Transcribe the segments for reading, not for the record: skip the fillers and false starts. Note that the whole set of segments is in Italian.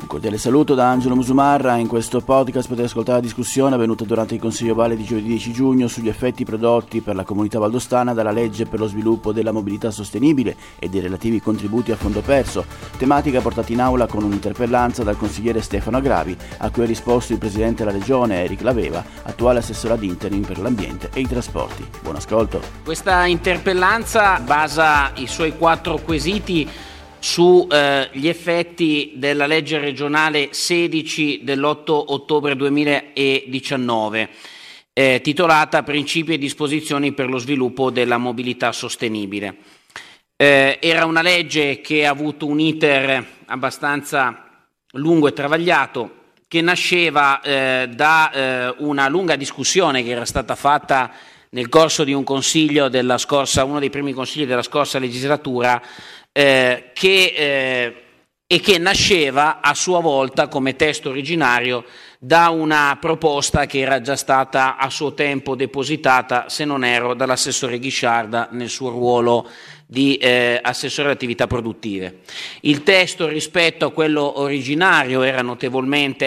Un cordiale saluto da Angelo Musumarra. In questo podcast potete ascoltare la discussione avvenuta durante il Consiglio Valle di giovedì 10 giugno sugli effetti prodotti per la comunità valdostana dalla legge per lo sviluppo della mobilità sostenibile e dei relativi contributi a fondo perso, tematica portata in aula con un'interpellanza dal consigliere Stefano Agravi, a cui ha risposto il presidente della regione Eric Laveva, attuale assessore ad interim per l'ambiente e i trasporti. Buon ascolto. Questa interpellanza basa i suoi 4 quesiti sugli effetti della legge regionale 16 dell'8 ottobre 2019, titolata Principi e disposizioni per lo sviluppo della mobilità sostenibile. Era una legge che ha avuto un iter abbastanza lungo e travagliato, che nasceva da una lunga discussione che era stata fatta nel corso di un consiglio uno dei primi consigli della scorsa legislatura, che nasceva a sua volta come testo originario da una proposta che era già stata a suo tempo depositata, se non erro, dall'assessore Ghisciarda nel suo ruolo di assessore alle attività produttive. Il testo rispetto a quello originario era notevolmente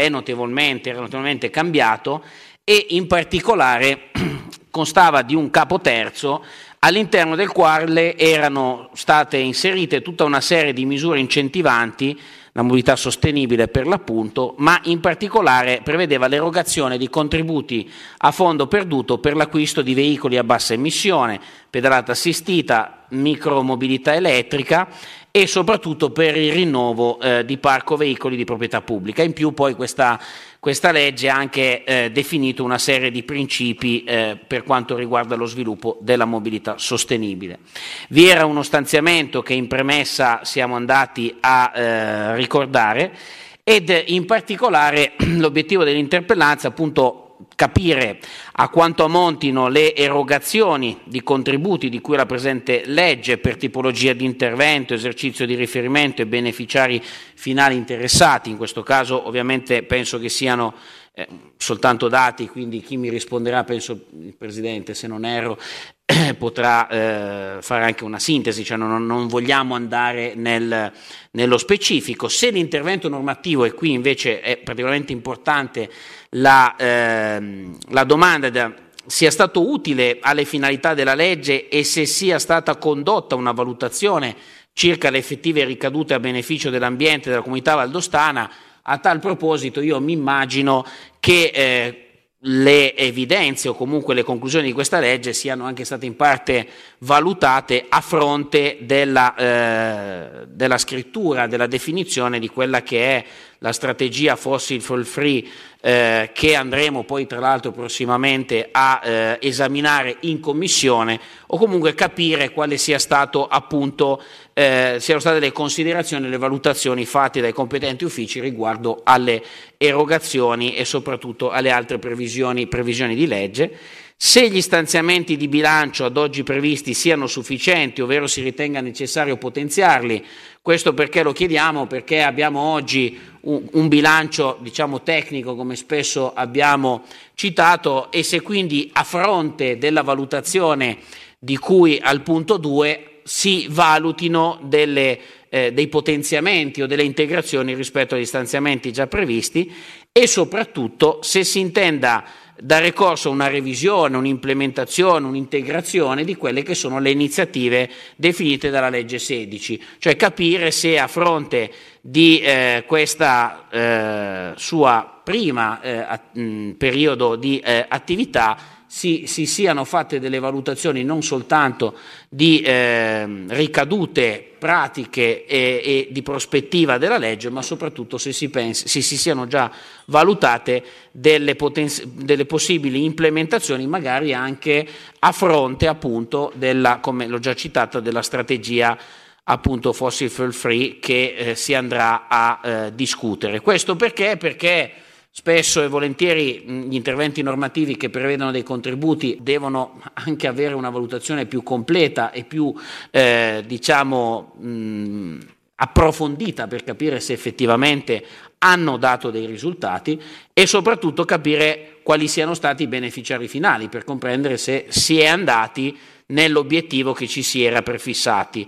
cambiato e in particolare constava di un capo terzo all'interno del quale erano state inserite tutta una serie di misure incentivanti la mobilità sostenibile per l'appunto, ma in particolare prevedeva l'erogazione di contributi a fondo perduto per l'acquisto di veicoli a bassa emissione, pedalata assistita, micromobilità elettrica e soprattutto per il rinnovo di parco veicoli di proprietà pubblica. In più poi questa legge ha anche definito una serie di principi per quanto riguarda lo sviluppo della mobilità sostenibile. Vi era uno stanziamento che in premessa siamo andati a ricordare ed in particolare l'obiettivo dell'interpellanza appunto capire a quanto ammontino le erogazioni di contributi di cui la presente legge per tipologia di intervento, esercizio di riferimento e beneficiari finali interessati. In questo caso ovviamente penso che siano soltanto dati, quindi chi mi risponderà, penso il Presidente se non erro, potrà fare anche una sintesi, cioè non vogliamo andare nello specifico. Se l'intervento normativo, e qui invece è particolarmente importante la domanda sia stato utile alle finalità della legge e se sia stata condotta una valutazione circa le effettive ricadute a beneficio dell'ambiente e della comunità valdostana. A tal proposito io mi immagino che le evidenze o comunque le conclusioni di questa legge siano anche state in parte valutate a fronte della scrittura, della definizione di quella che è la strategia fossil fuel free che andremo poi tra l'altro prossimamente a esaminare in commissione, o comunque capire quale sia stato appunto siano state le considerazioni e le valutazioni fatte dai competenti uffici riguardo alle erogazioni e soprattutto alle altre previsioni di legge. Se gli stanziamenti di bilancio ad oggi previsti siano sufficienti, ovvero si ritenga necessario potenziarli. Questo perché lo chiediamo? Perché abbiamo oggi un bilancio, diciamo, tecnico, come spesso abbiamo citato, e se quindi a fronte della valutazione di cui al punto 2 si valutino dei potenziamenti o delle integrazioni rispetto agli stanziamenti già previsti, e soprattutto se si intenda dare corso a una revisione, un'implementazione, un'integrazione di quelle che sono le iniziative definite dalla legge 16, cioè capire se a fronte di questa sua prima periodo di attività si siano fatte delle valutazioni non soltanto di ricadute pratiche e di prospettiva della legge, ma soprattutto se si siano già valutate delle possibili implementazioni, magari anche a fronte appunto come l'ho già citata, della strategia appunto fossil fuel free che si andrà a discutere. Questo perché spesso e volentieri gli interventi normativi che prevedono dei contributi devono anche avere una valutazione più completa e più approfondita per capire se effettivamente hanno dato dei risultati e soprattutto capire quali siano stati i beneficiari finali per comprendere se si è andati nell'obiettivo che ci si era prefissati.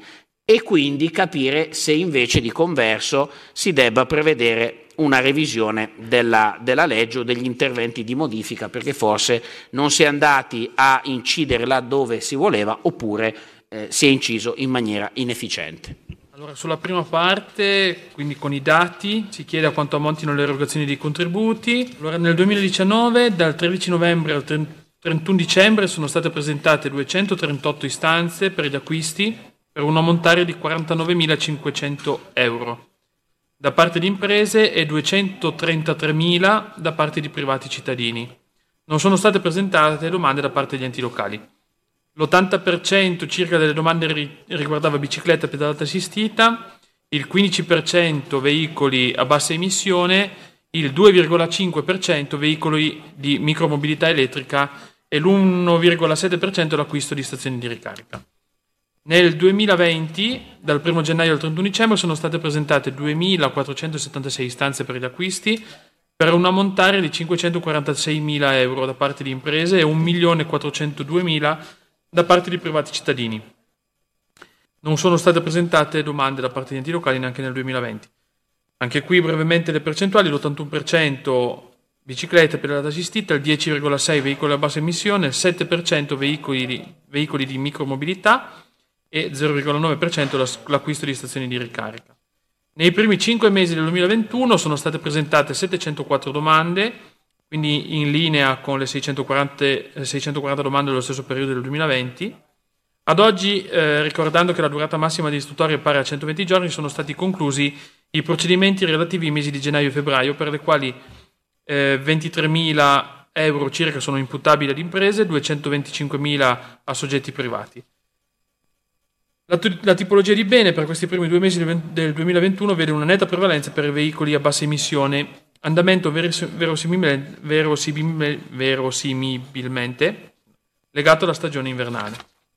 e quindi capire se invece di converso si debba prevedere una revisione della legge o degli interventi di modifica, perché forse non si è andati a incidere laddove si voleva, oppure si è inciso in maniera inefficiente. Allora, sulla prima parte, quindi con i dati, si chiede a quanto ammontino le erogazioni dei contributi. Allora, nel 2019, dal 13 novembre al 31 dicembre, sono state presentate 238 istanze per gli acquisti per un ammontare di 49.500 euro da parte di imprese e 233.000 da parte di privati cittadini. Non sono state presentate domande da parte degli enti locali. L'80% circa delle domande riguardava bicicletta e pedalata assistita, il 15% veicoli a bassa emissione, il 2,5% veicoli di micromobilità elettrica e l'1,7% l'acquisto di stazioni di ricarica. Nel 2020, dal 1 gennaio al 31 dicembre, sono state presentate 2.476 istanze per gli acquisti per un ammontare di 546.000 euro da parte di imprese e 1.402.000 da parte di privati cittadini. Non sono state presentate domande da parte di enti locali neanche nel 2020. Anche qui brevemente le percentuali: l'81% biciclette pedalata assistita, il 10,6% veicoli a bassa emissione, il 7% veicoli di micromobilità e 0,9% l'acquisto di stazioni di ricarica. Nei primi 5 mesi del 2021 sono state presentate 704 domande, quindi in linea con le 640 domande dello stesso periodo del 2020. Ad oggi, ricordando che la durata massima di istruttoria è pari a 120 giorni, sono stati conclusi i procedimenti relativi ai mesi di gennaio e febbraio, per le quali 23.000 euro circa sono imputabili ad imprese, 225.000 a soggetti privati. La tipologia di bene per questi primi 2 mesi del 2021 vede una netta prevalenza per i veicoli a bassa emissione, andamento verosimilmente legato alla stagione invernale.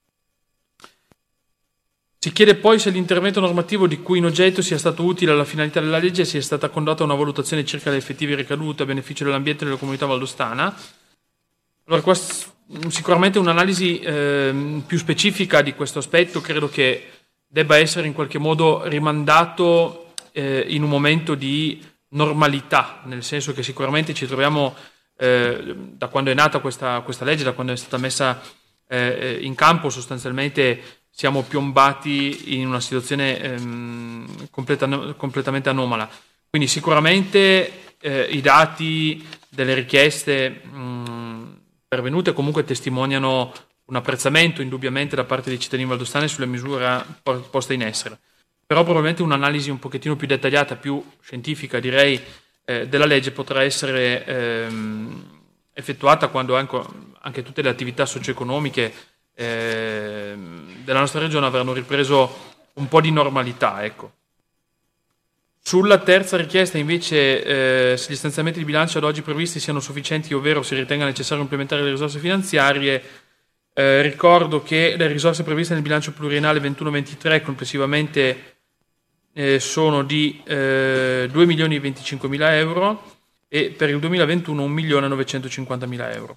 Si chiede poi se l'intervento normativo di cui in oggetto sia stato utile alla finalità della legge e sia stata condotta una valutazione circa le effettive ricadute a beneficio dell'ambiente e della comunità valdostana. Allora, qua sicuramente un'analisi più specifica di questo aspetto credo che debba essere in qualche modo rimandato in un momento di normalità, nel senso che sicuramente ci troviamo da quando è nata questa legge, da quando è stata messa in campo, sostanzialmente siamo piombati in una situazione completamente anomala. Quindi sicuramente i dati delle richieste pervenute comunque testimoniano un apprezzamento indubbiamente da parte dei cittadini valdostani sulle misure poste in essere. Però probabilmente un'analisi un pochettino più dettagliata, più scientifica direi, della legge potrà essere effettuata quando anche tutte le attività socio-economiche della nostra regione avranno ripreso un po' di normalità, ecco. Sulla terza richiesta invece, se gli stanziamenti di bilancio ad oggi previsti siano sufficienti, ovvero si ritenga necessario implementare le risorse finanziarie, ricordo che le risorse previste nel bilancio pluriennale 21-23 complessivamente sono di 2.025.000 euro e per il 2021 1.950.000 euro.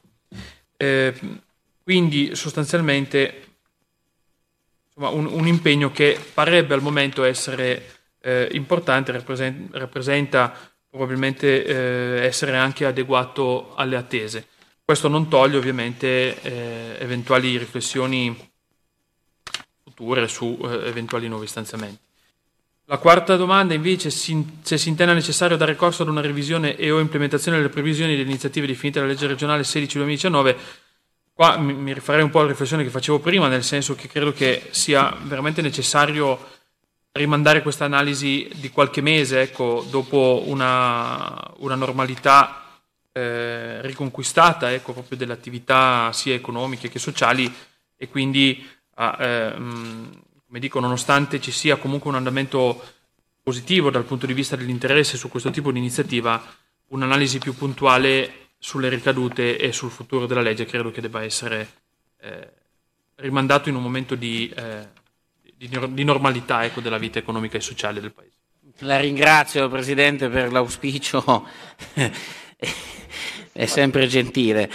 Quindi sostanzialmente insomma, un impegno che parebbe al momento essere importante, rappresenta probabilmente essere anche adeguato alle attese. Questo non toglie ovviamente eventuali riflessioni future su eventuali nuovi stanziamenti. La quarta domanda invece, se si intenda necessario dare corso ad una revisione e o implementazione delle previsioni delle iniziative definite dalla legge regionale 16/2019. Qua mi rifarei un po' alla riflessione che facevo prima, nel senso che credo che sia veramente necessario rimandare questa analisi di qualche mese, ecco, dopo una normalità riconquistata, ecco, proprio delle attività sia economiche che sociali, e quindi come dico, nonostante ci sia comunque un andamento positivo dal punto di vista dell'interesse su questo tipo di iniziativa, un'analisi più puntuale sulle ricadute e sul futuro della legge credo che debba essere rimandato in un momento di normalità, ecco, della vita economica e sociale del Paese. La ringrazio Presidente per l'auspicio è sempre gentile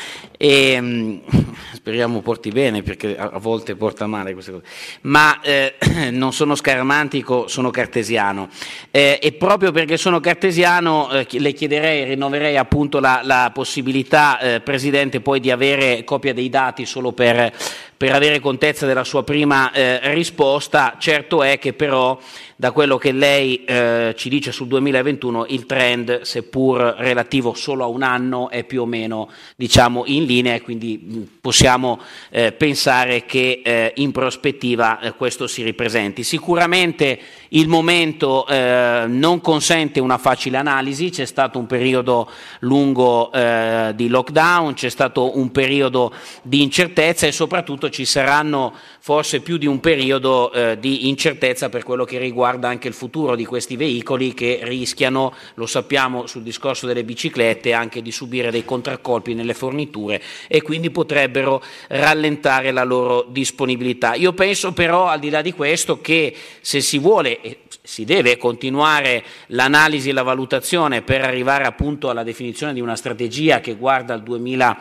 e speriamo porti bene, perché a volte porta male queste cose, ma non sono scaramantico, sono cartesiano e proprio perché sono cartesiano le chiederei, rinnoverei appunto la possibilità, Presidente, poi di avere copia dei dati solo per avere contezza della sua prima risposta. Certo è che però da quello che lei ci dice sul 2021 il trend, seppur relativo solo a un anno, è più o meno diciamo in linea e quindi possiamo pensare che in prospettiva questo si ripresenti. Sicuramente il momento non consente una facile analisi, c'è stato un periodo lungo di lockdown, c'è stato un periodo di incertezza e soprattutto ci saranno forse più di un periodo di incertezza per quello che riguarda anche il futuro di questi veicoli, che rischiano, lo sappiamo sul discorso delle biciclette, anche di subire dei contraccolpi nelle forniture e quindi potrebbero rallentare la loro disponibilità. Io penso però, al di là di questo, che se si vuole e si deve continuare l'analisi e la valutazione per arrivare appunto alla definizione di una strategia che guarda al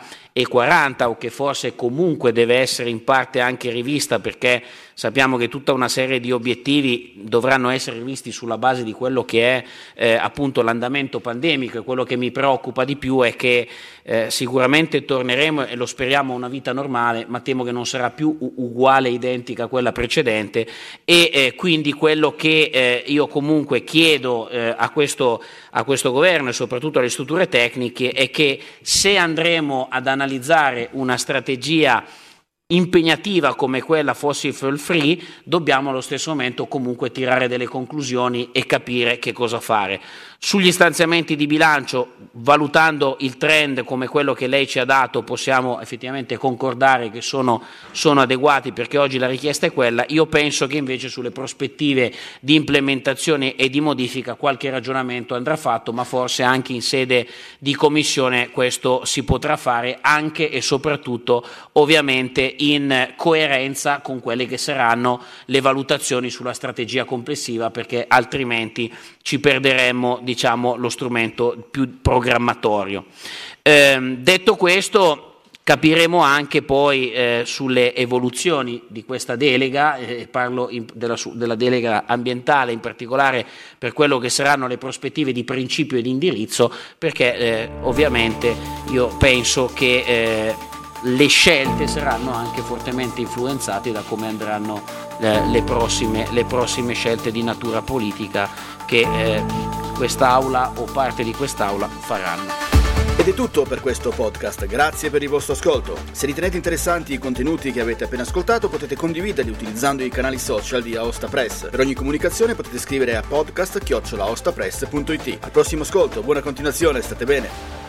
2040 o che forse comunque deve essere in parte anche rivista, perché sappiamo che tutta una serie di obiettivi dovranno essere rivisti sulla base di quello che è appunto l'andamento pandemico, e quello che mi preoccupa di più è che sicuramente torneremo, e lo speriamo, a una vita normale, ma temo che non sarà più uguale, identica a quella precedente e quindi quello che io comunque chiedo a questo governo e soprattutto alle strutture tecniche è che, se andremo ad analizzare una strategia impegnativa come quella fossil fuel free, dobbiamo allo stesso momento comunque tirare delle conclusioni e capire che cosa fare. Sugli stanziamenti di bilancio, valutando il trend come quello che lei ci ha dato, possiamo effettivamente concordare che sono adeguati, perché oggi la richiesta è quella. Io penso che invece sulle prospettive di implementazione e di modifica qualche ragionamento andrà fatto, ma forse anche in sede di commissione questo si potrà fare, anche e soprattutto ovviamente in coerenza con quelle che saranno le valutazioni sulla strategia complessiva, perché altrimenti ci perderemmo diciamo lo strumento più programmatorio. Detto questo, capiremo anche poi sulle evoluzioni di questa delega, parlo della delega ambientale in particolare per quello che saranno le prospettive di principio e di indirizzo, perché ovviamente io penso che le scelte saranno anche fortemente influenzate da come andranno le prossime scelte di natura politica che quest'Aula o parte di quest'Aula faranno. Ed è tutto per questo podcast, grazie per il vostro ascolto. Se ritenete interessanti i contenuti che avete appena ascoltato, potete condividerli utilizzando i canali social di Aosta Press. Per ogni comunicazione potete scrivere a podcast@aostapress.it. Al prossimo ascolto, buona continuazione, state bene.